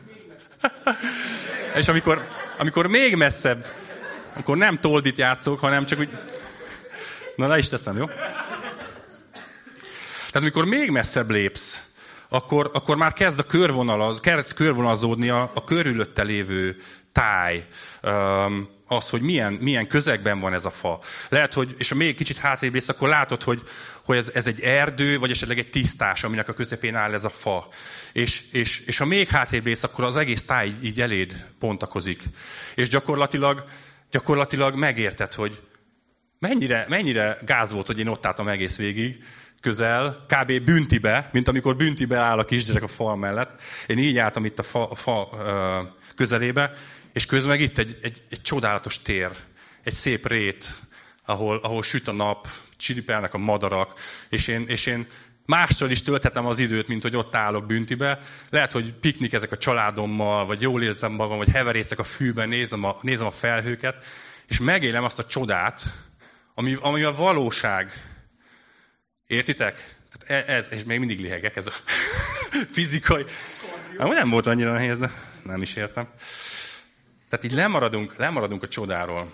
És amikor még messzebb, akkor nem toldit játszok, hanem csak úgy... Na, le is teszem, jó? Tehát amikor még messzebb lépsz, akkor már kezd körvonalazódni a körülötte lévő táj, az, hogy milyen közegben van ez a fa. Lehet, hogy, és ha még kicsit hátrébb lész, akkor látod, hogy ez egy erdő, vagy esetleg egy tisztás, aminek a közepén áll ez a fa. És ha még hátrébb lész, akkor az egész táj így eléd pontakozik. És gyakorlatilag megérted, hogy mennyire gáz volt, hogy én ott álltam egész végig, közel, kb. Büntibe, mint amikor büntibe áll a kisgyerek a fal mellett. Én így álltam itt a fa közelébe, és közben meg itt egy csodálatos tér, egy szép rét, ahol süt a nap, csiripelnek a madarak, és én Mással is tölthetem az időt, mint hogy ott állok büntibe. Lehet, hogy piknikezek a családommal, vagy jól érzem magam, vagy heverészek a fűben, nézem a felhőket, és megélem azt a csodát, ami a valóság. Értitek? Tehát ez, és még mindig lihegek, ez a fizikai. Nem volt annyira nehéz, de nem is értem. Tehát így lemaradunk a csodáról.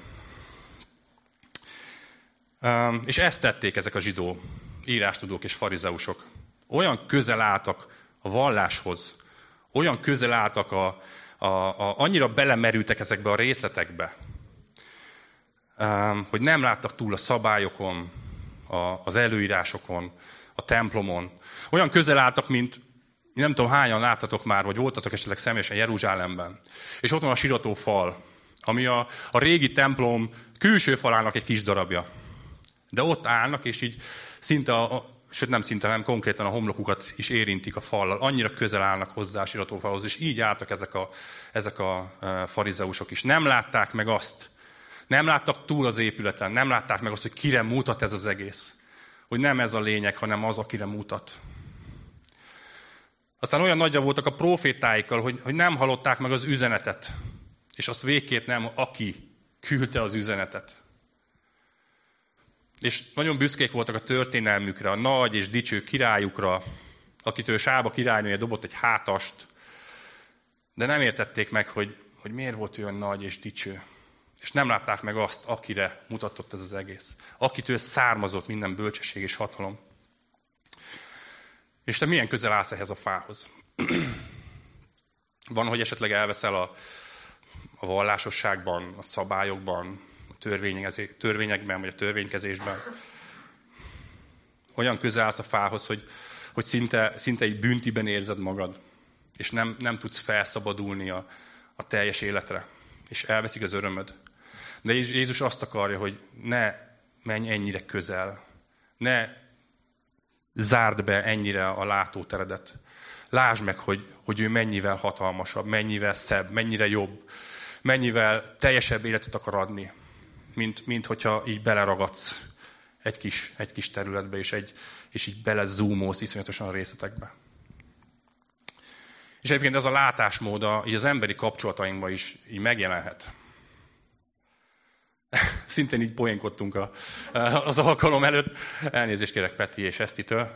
És ezt tették ezek a zsidó írástudók és farizeusok. Olyan közel álltak a valláshoz, olyan közel álltak, annyira belemerültek ezekbe a részletekbe, hogy nem láttak túl a szabályokon, az előírásokon, a templomon. Olyan közel álltak, mint nem tudom hányan láttatok már, vagy voltatok esetleg személyesen Jeruzsálemben. És ott van a siratófal, ami a régi templom külső falának egy kis darabja. De ott állnak, és így sőt nem szinte, hanem konkrétan a homlokukat is érintik a fallal. Annyira közel állnak hozzá a siratófalhoz, és így álltak ezek a farizeusok is. Nem látták meg azt. Nem láttak túl az épületen. Nem látták meg azt, hogy kire mutat ez az egész. Hogy nem ez a lényeg, hanem az, akire mutat. Aztán olyan nagyra voltak a profétáikkal, hogy nem hallották meg az üzenetet. És azt végképp nem, aki küldte az üzenetet. És nagyon büszkék voltak a történelmükre, a nagy és dicső királyukra, akitől Sába királynője dobott egy hátast, de nem értették meg, hogy miért volt olyan nagy és dicső. És nem látták meg azt, akire mutatott ez az egész. Akitől származott minden bölcsesség és hatalom. És te milyen közel állsz ehhez a fához? Van, hogy esetleg elveszel a vallásosságban, a szabályokban, a törvényekben, vagy a törvénykezésben. Olyan közel állsz a fához, hogy szinte egy büntiben érzed magad, és nem tudsz felszabadulni a teljes életre, és elveszik az örömöd. De Jézus azt akarja, hogy ne menj ennyire közel, ne zárd be ennyire a látóteredet. Lásd meg, hogy ő mennyivel hatalmasabb, mennyivel szebb, mennyire jobb, mennyivel teljesebb életet akar adni, mint hogyha így beleragadsz egy kis területbe, és így belezoomolsz iszonyatosan a részletekbe. És egyébként ez a látásmód így az emberi kapcsolatainkban is így megjelenhet. Szintén így poénkodtunk az alkalom előtt. Elnézést kérek Peti és Esztitől.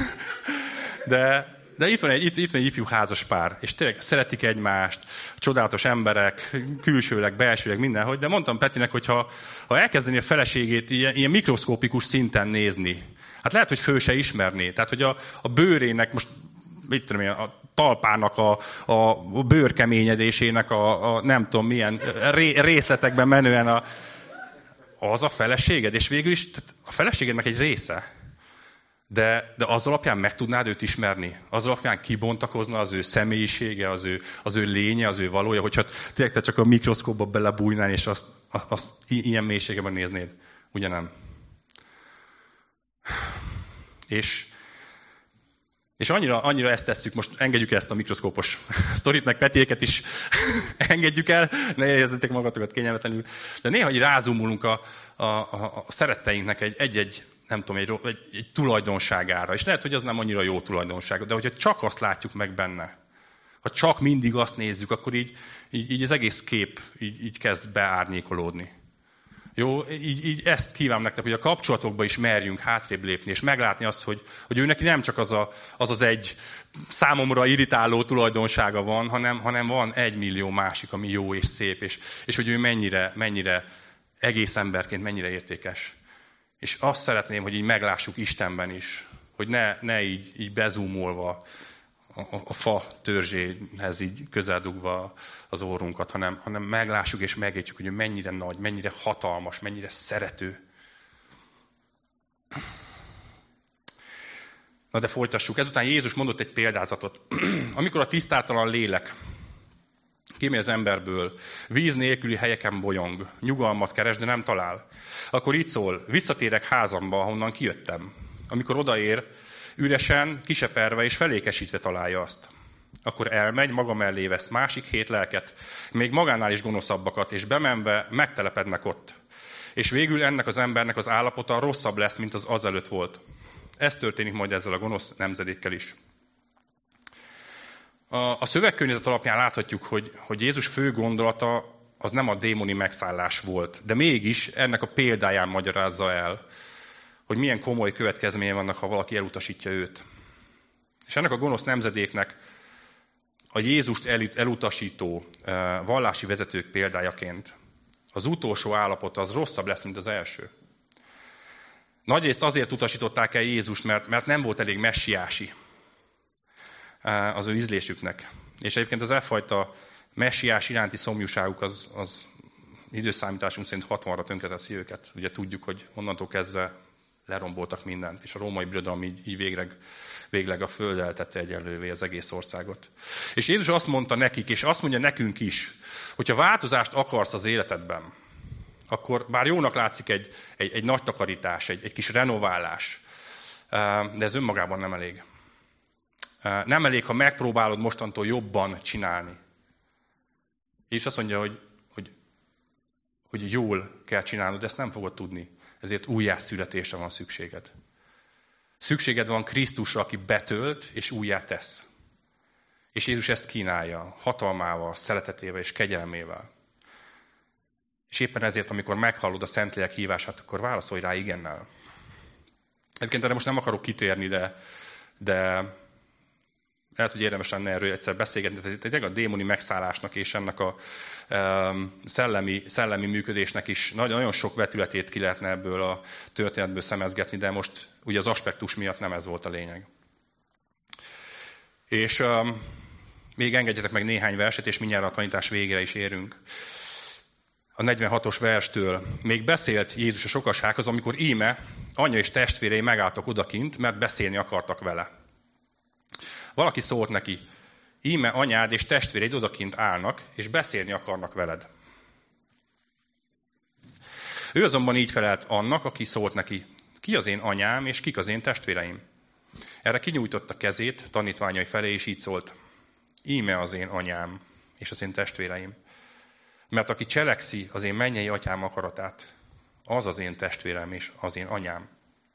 De itt van egy ifjú házas pár, és tényleg szeretik egymást, csodálatos emberek, külsőleg, belsőleg, mindenhogy, de mondtam Petinek, hogy ha elkezdeni a feleségét ilyen mikroszkópikus szinten nézni, hát lehet, hogy föl se ismerné. Tehát, hogy a bőrének, most mit tudom én, a talpának, a bőrkeményedésének, a nem tudom milyen részletekben menően az a feleséged, és végül is a feleségednek egy része. De az alapján meg tudnád őt ismerni? Az alapján kibontakozna az ő személyisége, az ő lénye, az ő valója, hogyha tényleg te csak a mikroszkópba belebújnál, és azt ilyen mélységeben néznéd. Ugye nem? És annyira ezt tesszük, most engedjük ezt a mikroszkópos sztorit, meg Petéket is engedjük el, ne érezzetek magatokat kényelmetlenül. De néha így rázumulunk a szeretteinknek egy nem tudom, egy tulajdonságára. És lehet, hogy az nem annyira jó tulajdonság, de hogyha csak azt látjuk meg benne, ha csak mindig azt nézzük, akkor így az egész kép így kezd beárnyékolódni. Jó, így ezt kívánom nektek, hogy a kapcsolatokba is merjünk hátrébb lépni, és meglátni azt, hogy ő neki nem csak az egy számomra irritáló tulajdonsága van, hanem van 1 millió másik, ami jó és szép, és hogy ő mennyire egész emberként mennyire értékes. És azt szeretném, hogy így meglássuk Istenben is, hogy ne így bezúmolva a fa törzséhez így közeldugva az orrunkat, hanem meglássuk és megértsük, hogy ő mennyire nagy, mennyire hatalmas, mennyire szerető. Na de folytassuk. Ezután Jézus mondott egy példázatot. Amikor a tisztátalan lélek kimegy az emberből, víz nélküli helyeken bolyong, nyugalmat keres, de nem talál, akkor így szól: visszatérek házamba, ahonnan kijöttem. Amikor odaér, üresen, kiseperve és felékesítve találja azt. Akkor elmegy, maga mellé vesz másik 7 lelket, még magánál is gonoszabbakat, és bemenve megtelepednek ott. És végül ennek az embernek az állapota rosszabb lesz, mint az azelőtt volt. Ez történik majd ezzel a gonosz nemzedékkel is. A szövegkörnyezet alapján láthatjuk, hogy Jézus fő gondolata az nem a démoni megszállás volt, de mégis ennek a példáján magyarázza el, hogy milyen komoly következménye vannak, ha valaki elutasítja őt. És ennek a gonosz nemzedéknek a Jézust elutasító vallási vezetők példájaként az utolsó állapot az rosszabb lesz, mint az első. Nagyrészt azért utasították el Jézust, mert nem volt elég messiási az ő ízlésüknek. És egyébként az effajta messiás iránti szomjúságuk az időszámításunk szerint 60-ra tönkreteszi őket. Ugye tudjuk, hogy onnantól kezdve leromboltak mindent, és a római birodalom így végleg a földdel tette egyenlővé az egész országot. És Jézus azt mondta nekik, és azt mondja nekünk is, hogyha változást akarsz az életedben, akkor bár jónak látszik egy nagy takarítás, egy kis renoválás, de ez önmagában nem elég. Nem elég, ha megpróbálod mostantól jobban csinálni. És azt mondja, hogy jól kell csinálnod, de ezt nem fogod tudni. Ezért újjászületésre van szükséged. Szükséged van Krisztusra, aki betölt és újjá tesz. És Jézus ezt kínálja hatalmával, szeretetével és kegyelmével. És éppen ezért, amikor meghallod a Szentlélek hívását, akkor válaszolj rá igennel. Egyébként erre most nem akarok kitérni, de lehet, hogy érdemes lenne erről egyszer beszélgetni. Tehát a démoni megszállásnak és ennek a szellemi működésnek is nagyon sok vetületét ki lehetne ebből a történetből szemezgetni, de most ugye az aspektus miatt nem ez volt a lényeg. És még engedjetek meg néhány verset, és mindjárt a tanítás végére is érünk. A 46-os verstől még beszélt Jézus a sokasághoz, amikor íme anyja és testvérei megálltak odakint, mert beszélni akartak vele. Valaki szólt neki, íme anyád és testvéreid odakint állnak, és beszélni akarnak veled. Ő azonban így felelt annak, aki szólt neki, ki az én anyám, és kik az én testvéreim? Erre kinyújtotta kezét tanítványai felé, és így szólt, íme az én anyám, és az én testvéreim. Mert aki cselekszi az én mennyei atyám akaratát, az az én testvérem és az én anyám.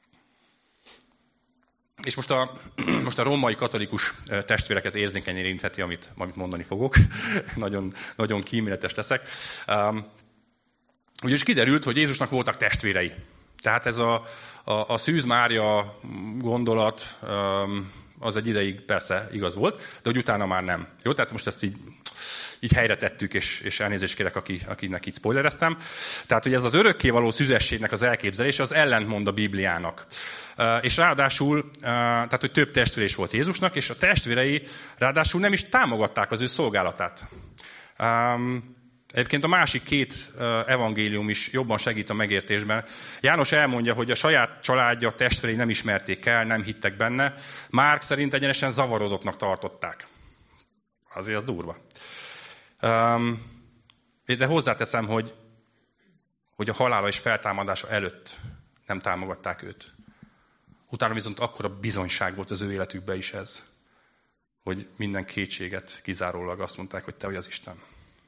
És most a római katolikus testvéreket érzékenyen érintheti, amit mondani fogok. nagyon, nagyon kíméletes leszek. Ugyanis kiderült, hogy Jézusnak voltak testvérei. Tehát ez a Szűz Mária gondolat az egy ideig persze igaz volt, de hogy utána már nem. Jó, tehát most ezt így helyre tettük, és elnézést kérek, akinek így spoilereztem. Tehát, hogy ez az örökkévaló szüzességnek az elképzelése, az ellentmond a Bibliának. És ráadásul, tehát, hogy több testvére is volt Jézusnak, és a testvérei ráadásul nem is támogatták az ő szolgálatát. Egyébként a másik két evangélium is jobban segít a megértésben. János elmondja, hogy a saját családja, testvérei nem ismerték el, nem hittek benne. Márk szerint egyenesen zavarodóknak tartották. Azért az durva. De hozzáteszem, hogy a halála és feltámadása előtt nem támogatták őt. Utána viszont akkora bizonyság volt az ő életükben is ez, hogy minden kétséget kizárólag azt mondták, hogy te vagy az Isten.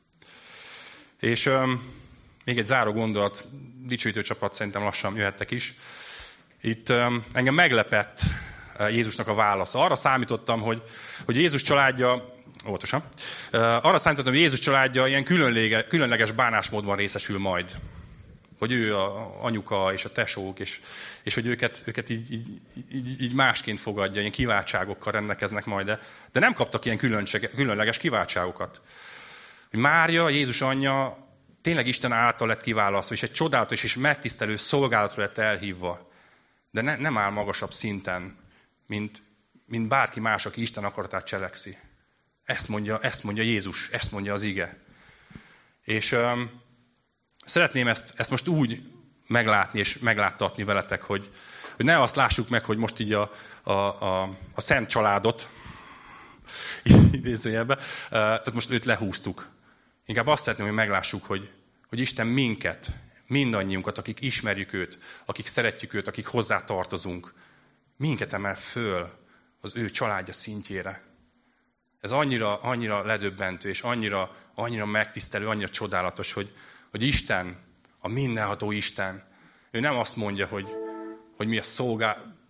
És még egy záró gondolat, dicsőítő csapat, szerintem lassan jöhettek is. Itt engem meglepett Jézusnak a válasza. Arra számítottam, hogy Jézus családja, óvatosan, arra számítottam, hogy Jézus családja ilyen különleges bánásmódban részesül majd. Hogy ő a anyuka és a tesók, és hogy őket így másként fogadja, ilyen kiváltságokkal rendelkeznek majd, de nem kaptak ilyen különleges kiváltságokat. Hogy Mária, Jézus anyja tényleg Isten által lett kiválasztva, és egy csodálatos és megtisztelő szolgálatra lett elhívva, de nem áll magasabb szinten, mint bárki más, aki Isten akaratát cselekszi. Ezt mondja Jézus, ezt mondja az ige. És szeretném ezt most úgy meglátni és megláttatni veletek, hogy ne azt lássuk meg, hogy most így a szent családot, idézőjelben, tehát most őt lehúztuk. Inkább azt szeretném, hogy meglássuk, hogy Isten minket, mindannyiunkat, akik ismerjük őt, akik szeretjük őt, akik hozzá tartozunk, minket emel föl az ő családja szintjére. Ez annyira ledöbbentő, és annyira megtisztelő, annyira csodálatos, hogy Isten, a mindenható Isten, ő nem azt mondja, hogy mi a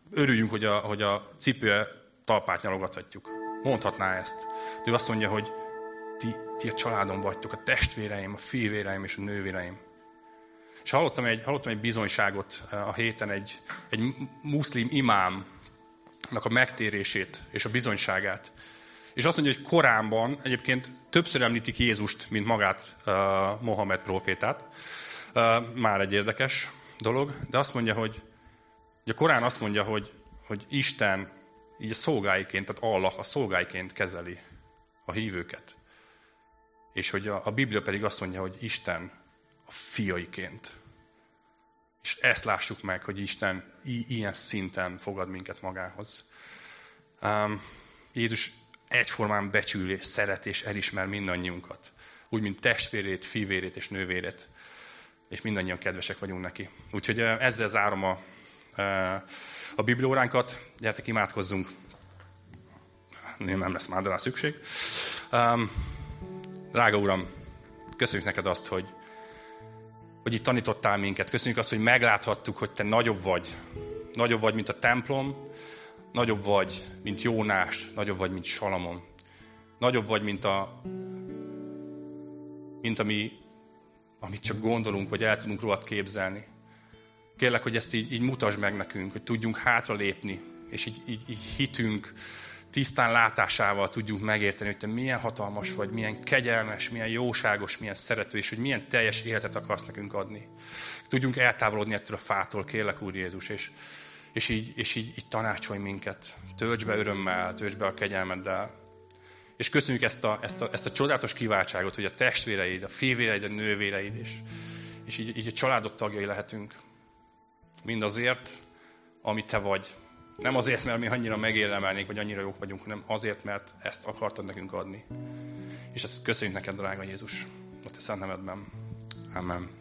örüljünk, hogy a cipője talpát nyalogathatjuk. Mondhatná ezt. De ő azt mondja, hogy ti a családom vagytok, a testvéreim, a fivéreim és a nővéreim. És hallottam egy bizonyságot a héten, egy muszlim imámnak a megtérését és a bizonyságát. És azt mondja, hogy Koránban egyébként többször említik Jézust, mint magát Mohamed prófétát. Már egy érdekes dolog, de azt mondja, hogy a Korán azt mondja, hogy Isten így a szolgáiként, tehát Allah a szolgáiként kezeli a hívőket. És hogy a Biblia pedig azt mondja, hogy Isten a fiaiként. És ezt lássuk meg, hogy Isten ilyen szinten fogad minket magához. Jézus egyformán becsül, és szeret és elismer mindannyiunkat. Úgy, mint testvérét, fivérét és nővérét. És mindannyian kedvesek vagyunk neki. Úgyhogy ezzel zárom a biblióránkat. Gyertek, imádkozzunk. Nem lesz már rá szükség. Drága Uram, köszönjük neked azt, hogy itt tanítottál minket. Köszönjük azt, hogy megláthattuk, hogy te nagyobb vagy. Nagyobb vagy, mint a templom. Nagyobb vagy, mint Jónás. Nagyobb vagy, mint Salamon. Nagyobb vagy, mint amit csak gondolunk, vagy el tudunk rólad képzelni. Kérlek, hogy ezt így mutasd meg nekünk, hogy tudjunk hátralépni, és így hitünk tisztán látásával tudjuk megérteni, hogy te milyen hatalmas vagy, milyen kegyelmes, milyen jóságos, milyen szerető, és hogy milyen teljes életet akarsz nekünk adni. Tudjunk eltávolodni ettől a fától, kérlek, Úr Jézus, és így tanácsolj minket. Töltsd be örömmel, töltsd be a kegyelmeddel. És köszönjük ezt a csodálatos kiváltságot, hogy a testvéreid, a fivéreid, a nővéreid, és így a családod tagjai lehetünk. Mindazért, ami te vagy. Nem azért, mert mi annyira megérdemelnénk, vagy annyira jók vagyunk, hanem azért, mert ezt akartad nekünk adni. És ezt köszönjük neked, drága Jézus, a te szent nevedben. Amen.